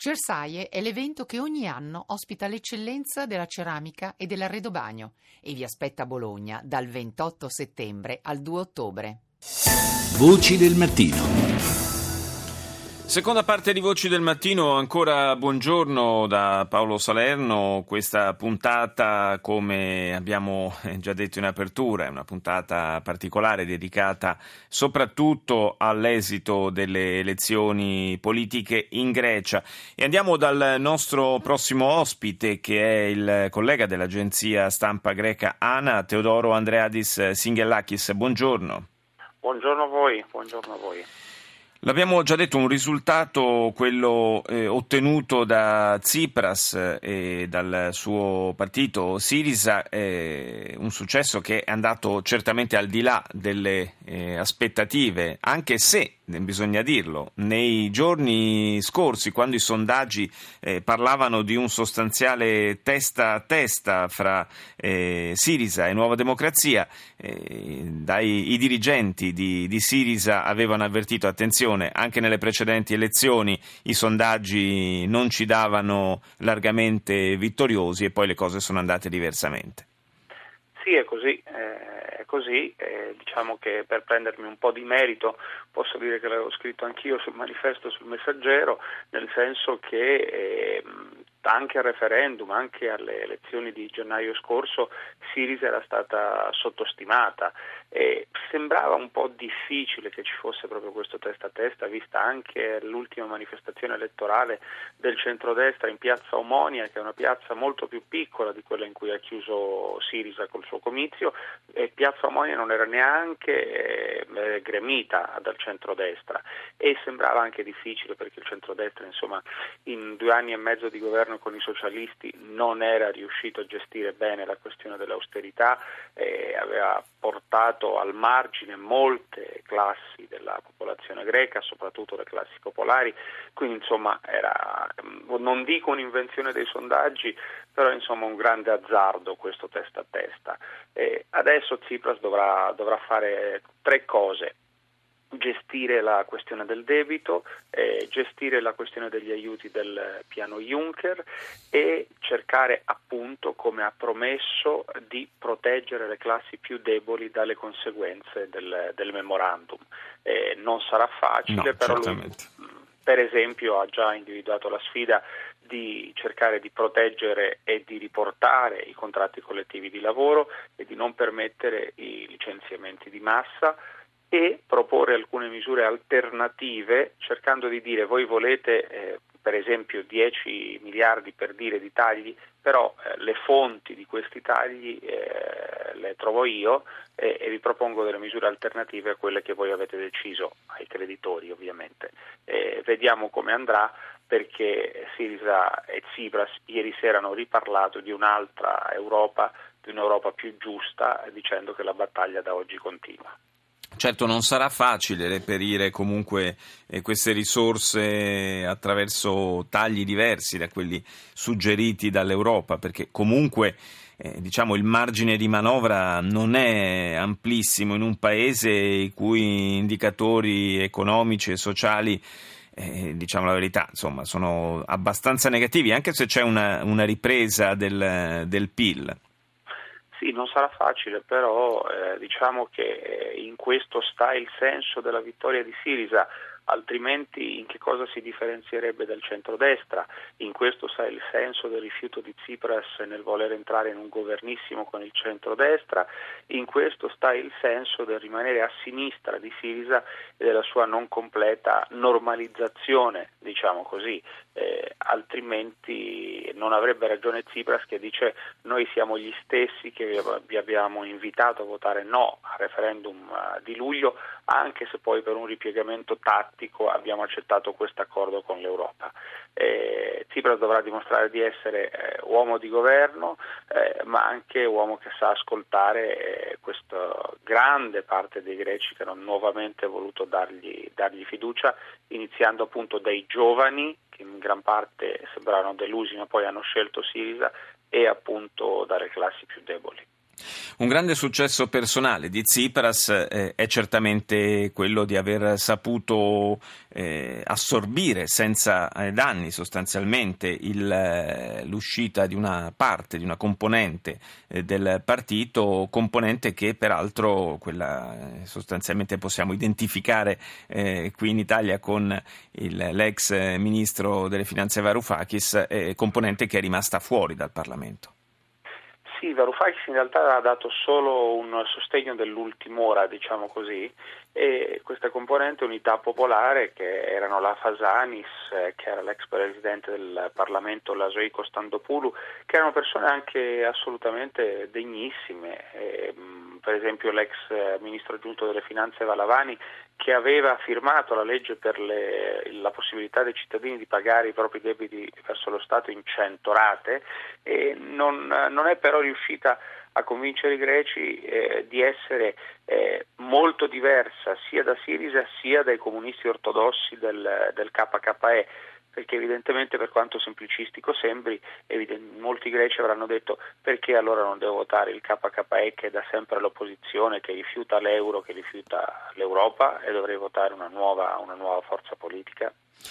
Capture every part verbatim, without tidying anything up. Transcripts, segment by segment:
Cersaie è l'evento che ogni anno ospita l'eccellenza della ceramica e dell'arredobagno e vi aspetta a Bologna dal ventotto settembre al due ottobre. Voci del mattino. Seconda parte di Voci del Mattino, ancora buongiorno da Paolo Salerno. Questa puntata, come abbiamo già detto in apertura, è una puntata particolare dedicata soprattutto all'esito delle elezioni politiche in Grecia. E andiamo dal nostro prossimo ospite, che è il collega dell'agenzia stampa greca ANA, Teodoro Andreadis Singellakis. Buongiorno. Buongiorno a voi, buongiorno a voi. L'abbiamo già detto, un risultato, quello eh, ottenuto da Tsipras e dal suo partito Syriza, eh, un successo che è andato certamente al di là delle eh, aspettative, anche se, bisogna dirlo, nei giorni scorsi, quando i sondaggi eh, parlavano di un sostanziale testa a testa fra eh, Syriza e Nuova Democrazia, eh, dai, i dirigenti di, di Syriza avevano avvertito: attenzione, anche nelle precedenti elezioni i sondaggi non ci davano largamente vittoriosi, e poi le cose sono andate diversamente. Sì, è così, eh, è così. Eh, diciamo che, per prendermi un po' di merito, posso dire che l'avevo scritto anch'io sul manifesto, sul Messaggero, nel senso che eh, anche al referendum, anche alle elezioni di gennaio scorso, Syriza era stata sottostimata. E sembrava un po' difficile che ci fosse proprio questo testa a testa, vista anche l'ultima manifestazione elettorale del centrodestra in piazza Omonia, che è una piazza molto più piccola di quella in cui ha chiuso Syriza col suo comizio, e piazza Omonia non era neanche eh, gremita dal centrodestra, e sembrava anche difficile perché il centrodestra, insomma, in due anni e mezzo di governo con i socialisti non era riuscito a gestire bene la questione dell'austerità, eh, aveva portato al margine molte classi della popolazione greca, soprattutto le classi popolari. Quindi, insomma, era, non dico un'invenzione dei sondaggi, però insomma un grande azzardo questo testa a testa. E adesso Tsipras dovrà, dovrà fare tre cose: gestire la questione del debito, eh, gestire la questione degli aiuti del piano Juncker e cercare, appunto, come ha promesso, di proteggere le classi più deboli dalle conseguenze del, del memorandum. Eh, non sarà facile, No, però certamente. lui, per esempio, ha già individuato la sfida di cercare di proteggere e di riportare i contratti collettivi di lavoro e di non permettere i licenziamenti di massa, e proporre alcune misure alternative, cercando di dire: voi volete eh, per esempio dieci miliardi, per dire, di tagli, però eh, le fonti di questi tagli eh, le trovo io, eh, e vi propongo delle misure alternative a quelle che voi avete deciso, ai creditori ovviamente. Eh, vediamo come andrà, perché Syriza e Tsipras ieri sera hanno riparlato di un'altra Europa, di un'Europa più giusta, dicendo che la battaglia da oggi continua. Certo, non sarà facile reperire comunque eh, queste risorse attraverso tagli diversi da quelli suggeriti dall'Europa, perché comunque eh, diciamo il margine di manovra non è amplissimo in un paese i cui indicatori economici e sociali, eh, diciamo la verità, insomma, sono abbastanza negativi, anche se c'è una, una ripresa del, del P I L. Sì, non sarà facile, però eh, diciamo che in questo sta il senso della vittoria di Syriza, altrimenti in che cosa si differenzierebbe dal centrodestra? In questo sta il senso del rifiuto di Tsipras nel voler entrare in un governissimo con il centrodestra, in questo sta il senso del rimanere a sinistra di Syriza e della sua non completa normalizzazione, diciamo così. Eh, altrimenti non avrebbe ragione Tsipras, che dice: noi siamo gli stessi che vi abbiamo invitato a votare no al referendum di luglio, anche se poi per un ripiegamento tattico abbiamo accettato questo accordo con l'Europa. Eh, Tsipras dovrà dimostrare di essere eh, uomo di governo, eh, ma anche uomo che sa ascoltare eh, questa grande parte dei greci che hanno nuovamente voluto dargli, dargli fiducia, iniziando appunto dai giovani, che in gran parte sembrano delusi ma poi hanno scelto Syriza, e appunto dalle classi più deboli. Un grande successo personale di Tsipras eh, è certamente quello di aver saputo eh, assorbire senza eh, danni sostanzialmente il, eh, l'uscita di una parte, di una componente eh, del partito, componente che peraltro quella eh, sostanzialmente possiamo identificare eh, qui in Italia con il, l'ex ministro delle finanze Varoufakis, eh, componente che è rimasta fuori dal Parlamento. Sì, Varoufakis in realtà ha dato solo un sostegno dell'ultima ora, diciamo così, e questa componente Unità Popolare, che erano la Fasanis, eh, che era l'ex presidente del Parlamento Lasoi Costandopoulou, che erano persone anche assolutamente degnissime, eh, per esempio l'ex ministro aggiunto delle finanze Valavani, che aveva firmato la legge per le, la possibilità dei cittadini di pagare i propri debiti verso lo Stato in cento rate, e non, non è però riuscita a convincere i greci eh, di essere eh, molto diversa sia da Sirisa sia dai comunisti ortodossi del, del K K E, perché evidentemente, per quanto semplicistico sembri, evident- molti greci avranno detto: perché allora non devo votare il K K E, che è da sempre all'opposizione, che rifiuta l'euro, che rifiuta l'Europa, e dovrei votare una nuova, una nuova forza politica?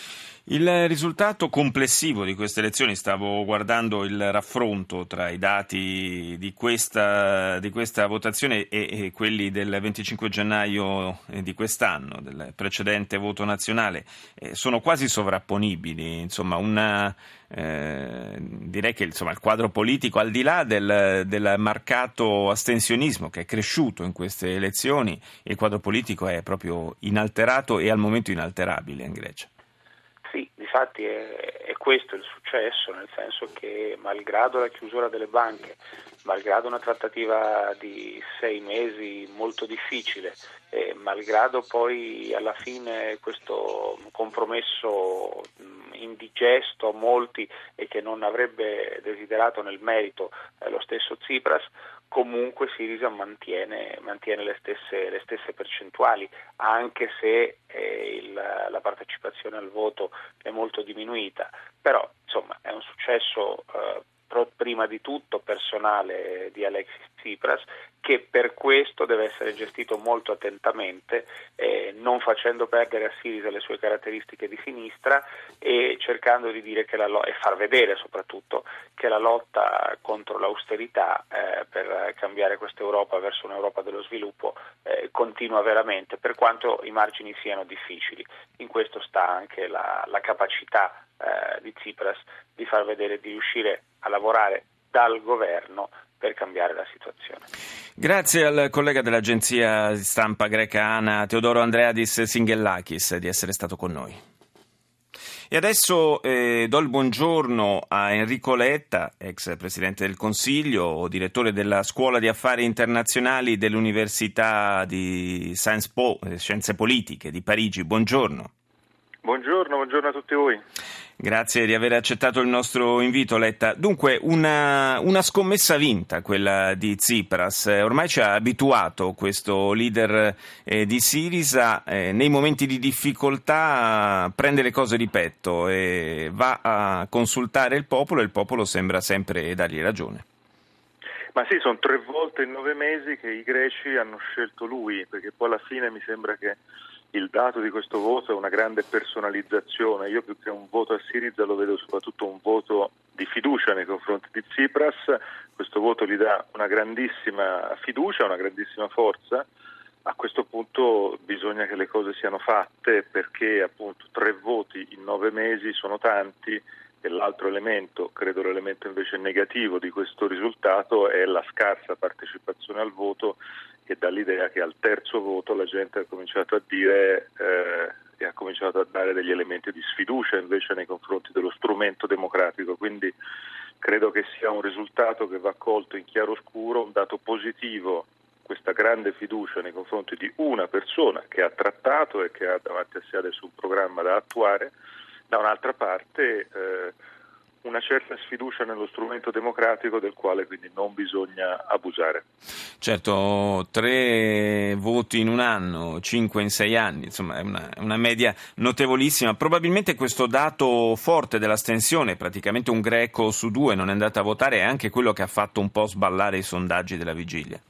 Il risultato complessivo di queste elezioni, stavo guardando il raffronto tra i dati di questa, di questa votazione e, e quelli del venticinque gennaio di quest'anno, del precedente voto nazionale, eh, sono quasi sovrapponibili. Insomma, una, eh, direi che insomma, il quadro politico, al di là del, del marcato astensionismo che è cresciuto in queste elezioni, il quadro politico è proprio inalterato e al momento inalterabile in Grecia. Sì, difatti è, è questo il successo, nel senso che malgrado la chiusura delle banche, malgrado una trattativa di sei mesi molto difficile, eh, malgrado poi alla fine questo compromesso indigesto a molti e che non avrebbe desiderato nel merito eh, lo stesso Tsipras, comunque Sirisa mantiene, mantiene le stesse, le stesse percentuali, anche se eh, il, la partecipazione al voto è molto diminuita. Però insomma è un successo eh, prima di tutto personale di Alexis Tsipras, che per questo deve essere gestito molto attentamente, eh, non facendo perdere a Sirisa le sue caratteristiche di sinistra e cercando di dire che la lo- e far vedere soprattutto che la lotta contro l'austerità eh, per cambiare questa Europa verso un'Europa dello sviluppo eh, continua veramente, per quanto i margini siano difficili. In questo sta anche la, la capacità eh, di Tsipras di far vedere di riuscire a lavorare dal governo per cambiare la situazione. Grazie al collega dell'agenzia stampa greca ANA, Teodoro Andreadis Singellakis, di essere stato con noi. E adesso eh, do il buongiorno a Enrico Letta, ex Presidente del Consiglio, direttore della Scuola di Affari Internazionali dell'Università di Sciences Po, Scienze Politiche di Parigi. Buongiorno. Buongiorno, buongiorno a tutti voi. Grazie di aver accettato il nostro invito, Letta. Dunque, una, una scommessa vinta, quella di Tsipras. Ormai ci ha abituato questo leader eh, di Sirisa, eh, nei momenti di difficoltà prende le cose di petto e va a consultare il popolo e il popolo sembra sempre dargli ragione. Ma sì, sono tre volte in nove mesi che i greci hanno scelto lui, perché poi alla fine mi sembra che il dato di questo voto è una grande personalizzazione. Io più che un voto a Sirisa lo vedo soprattutto un voto di fiducia nei confronti di Tsipras. Questo voto gli dà una grandissima fiducia, una grandissima forza. A questo punto bisogna che le cose siano fatte, perché appunto tre voti in nove mesi sono tanti, e l'altro elemento, credo l'elemento invece negativo di questo risultato, è la scarsa partecipazione al voto, che dà l'idea che al terzo voto la gente ha cominciato a dire eh, e ha cominciato a dare degli elementi di sfiducia invece nei confronti dello strumento democratico. Quindi credo che sia un risultato che va colto in chiaroscuro, un dato positivo, questa grande fiducia nei confronti di una persona che ha trattato e che ha davanti a sé adesso un programma da attuare. Da un'altra parte eh, una certa sfiducia nello strumento democratico del quale quindi non bisogna abusare. Certo, tre voti in un anno, cinque in sei anni, insomma è una, una media notevolissima. Probabilmente questo dato forte dell'astensione, praticamente un greco su due non è andato a votare, è anche quello che ha fatto un po' sballare i sondaggi della vigilia.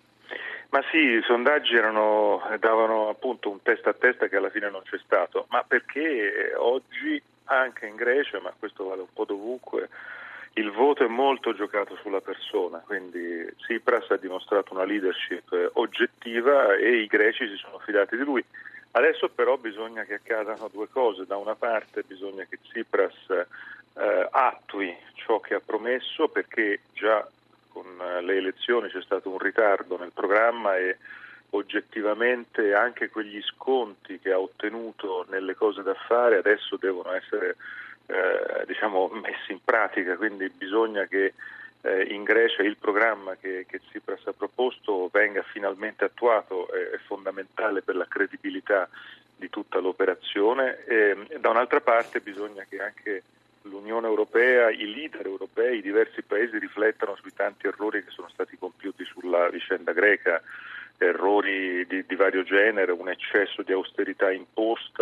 Ma sì, i sondaggi erano, davano appunto un testa a testa che alla fine non c'è stato, ma perché oggi anche in Grecia, ma questo vale un po' dovunque, il voto è molto giocato sulla persona, quindi Tsipras ha dimostrato una leadership oggettiva e i greci si sono fidati di lui. Adesso però bisogna che accadano due cose: da una parte bisogna che Tsipras eh, attui ciò che ha promesso, perché già con le elezioni c'è stato un ritardo nel programma e oggettivamente anche quegli sconti che ha ottenuto nelle cose da fare adesso devono essere eh, diciamo messi in pratica, quindi bisogna che eh, in Grecia il programma che, che Tsipras ha proposto venga finalmente attuato, è, è fondamentale per la credibilità di tutta l'operazione. E, da un'altra parte bisogna che anche l'Unione Europea, i leader europei, i diversi paesi riflettano sui tanti errori che sono stati compiuti sulla vicenda greca, errori di, di vario genere, un eccesso di austerità imposta,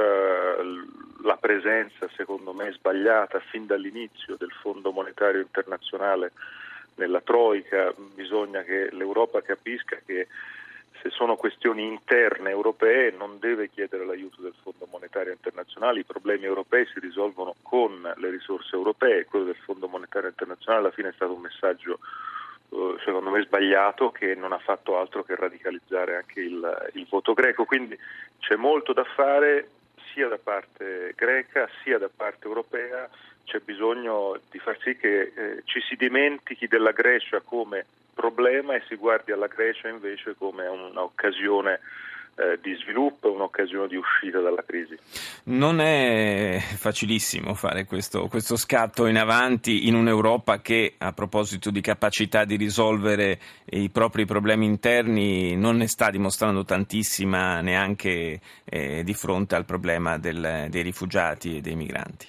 la presenza secondo me sbagliata fin dall'inizio del Fondo Monetario Internazionale nella Troika. Bisogna che l'Europa capisca che se sono questioni interne europee non deve chiedere l'aiuto del Fondo Monetario Internazionale, i problemi europei si risolvono con le risorse europee, quello del Fondo Monetario Internazionale alla fine è stato un messaggio eh, secondo me sbagliato che non ha fatto altro che radicalizzare anche il, il voto greco, quindi c'è molto da fare sia da parte greca sia da parte europea, c'è bisogno di far sì che eh, ci si dimentichi della Grecia come problema e si guardi alla Grecia invece come un'occasione eh, di sviluppo, un'occasione di uscita dalla crisi. Non è facilissimo fare questo, questo scatto in avanti in un'Europa che, a proposito di capacità di risolvere i propri problemi interni, non ne sta dimostrando tantissima neanche eh, di fronte al problema del, dei rifugiati e dei migranti.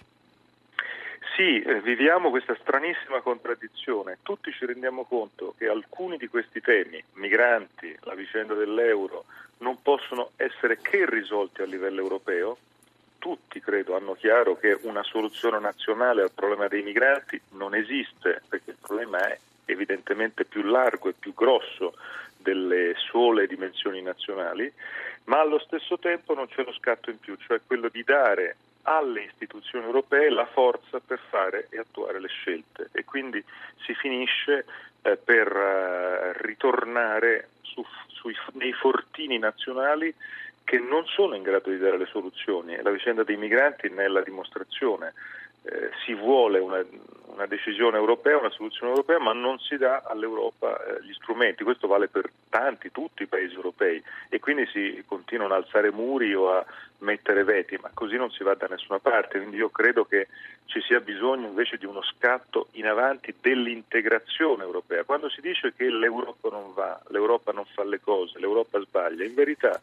Sì, eh, viviamo questa stranissima contraddizione. Tutti ci rendiamo conto che alcuni di questi temi, migranti, la vicenda dell'euro, non possono essere che risolti a livello europeo. Tutti, credo, hanno chiaro che una soluzione nazionale al problema dei migranti non esiste, perché il problema è evidentemente più largo e più grosso delle sole dimensioni nazionali, ma allo stesso tempo non c'è lo scatto in più, cioè quello di dare alle istituzioni europee la forza per fare e attuare le scelte, e quindi si finisce eh, per eh, ritornare su, sui, nei fortini nazionali che non sono in grado di dare le soluzioni. La vicenda dei migranti ne è la dimostrazione. Eh, si vuole una, una decisione europea, una soluzione europea, ma non si dà all'Europa eh, gli strumenti. Questo vale per tanti, tutti i paesi europei, e quindi si continuano a alzare muri o a mettere veti, ma così non si va da nessuna parte. Quindi io credo che ci sia bisogno invece di uno scatto in avanti dell'integrazione europea. Quando si dice che l'Europa non va, l'Europa non fa le cose, l'Europa sbaglia, in verità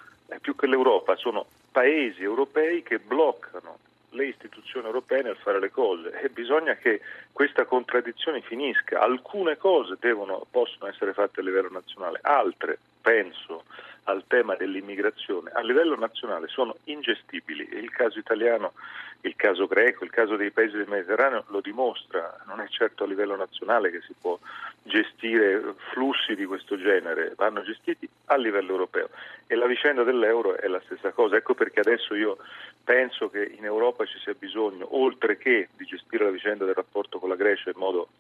è più che l'Europa, sono paesi europei che bloccano le istituzioni europee nel fare le cose, e bisogna che questa contraddizione finisca. Alcune cose devono, possono essere fatte a livello nazionale, altre, penso al tema dell'immigrazione, a livello nazionale sono ingestibili, e il caso italiano, il caso greco, il caso dei paesi del Mediterraneo lo dimostra. Non è certo a livello nazionale che si può gestire flussi di questo genere, vanno gestiti a livello europeo, e la vicenda dell'euro è la stessa cosa. Ecco perché adesso io penso che in Europa ci sia bisogno, oltre che di gestire la vicenda del rapporto con la Grecia in modo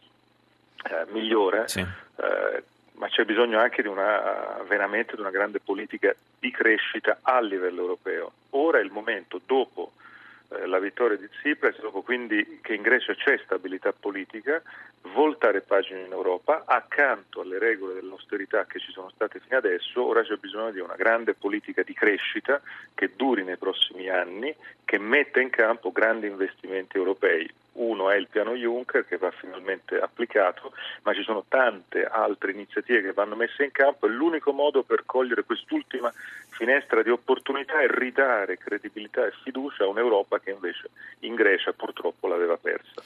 eh, migliore, sì. eh, ma c'è bisogno anche di una veramente di una grande politica di crescita a livello europeo. Ora è il momento, dopo eh, la vittoria di Tsipras, dopo quindi che in Grecia c'è stabilità politica, voltare pagina in Europa, accanto alle regole dell'austerità che ci sono state fino adesso. Ora c'è bisogno di una grande politica di crescita che duri nei prossimi anni, che metta in campo grandi investimenti europei. Uno è il piano Juncker, che va finalmente applicato, ma ci sono tante altre iniziative che vanno messe in campo, e l'unico modo per cogliere quest'ultima finestra di opportunità è ridare credibilità e fiducia a un'Europa che invece in Grecia purtroppo l'aveva persa.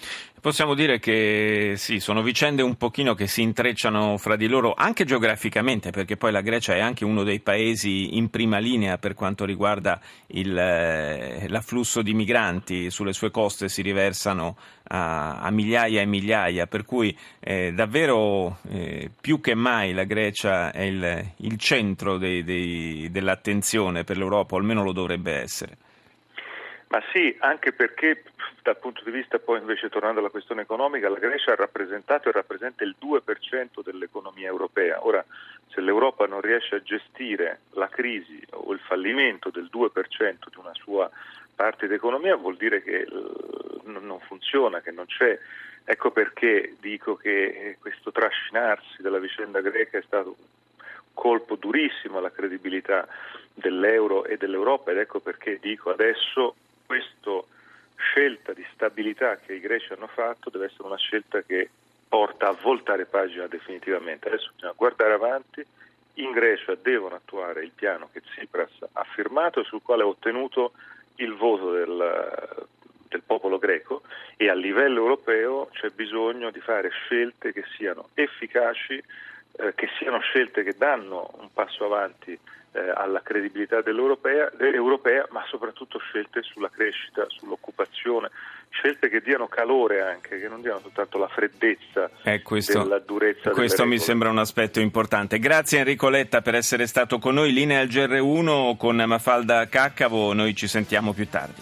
Possiamo dire che sì, sono vicende un pochino che si intrecciano fra di loro anche geograficamente, perché poi la Grecia è anche uno dei paesi in prima linea per quanto riguarda il, eh, l'afflusso di migranti. Sulle sue coste si riversano a, a migliaia e migliaia, per cui eh, davvero eh, più che mai la Grecia è il, il centro dei, dei, dell'attenzione per l'Europa, o almeno lo dovrebbe essere. Ma sì, anche perché dal punto di vista poi invece tornando alla questione economica, la Grecia ha rappresentato e rappresenta il due per cento dell'economia europea. Ora, se l'Europa non riesce a gestire la crisi o il fallimento del due per cento di una sua parte d'economia, vuol dire che non funziona, che non c'è. Ecco perché dico che questo trascinarsi della vicenda greca è stato un colpo durissimo alla credibilità dell'euro e dell'Europa, ed ecco perché dico adesso questa scelta di stabilità che i greci hanno fatto deve essere una scelta che porta a voltare pagina definitivamente. Adesso bisogna guardare avanti. In Grecia devono attuare il piano che Tsipras ha firmato e sul quale ha ottenuto il voto del, del popolo greco, e a livello europeo c'è bisogno di fare scelte che siano efficaci, eh, che siano scelte che danno un passo avanti Eh, alla credibilità dell'europea, europea, ma soprattutto scelte sulla crescita, sull'occupazione, scelte che diano calore anche, che non diano soltanto la freddezza eh, questo, della durezza questo delle mi sembra un aspetto importante. Grazie Enrico Letta per essere stato con noi. Linea al G R uno con Mafalda Caccavo, noi ci sentiamo più tardi.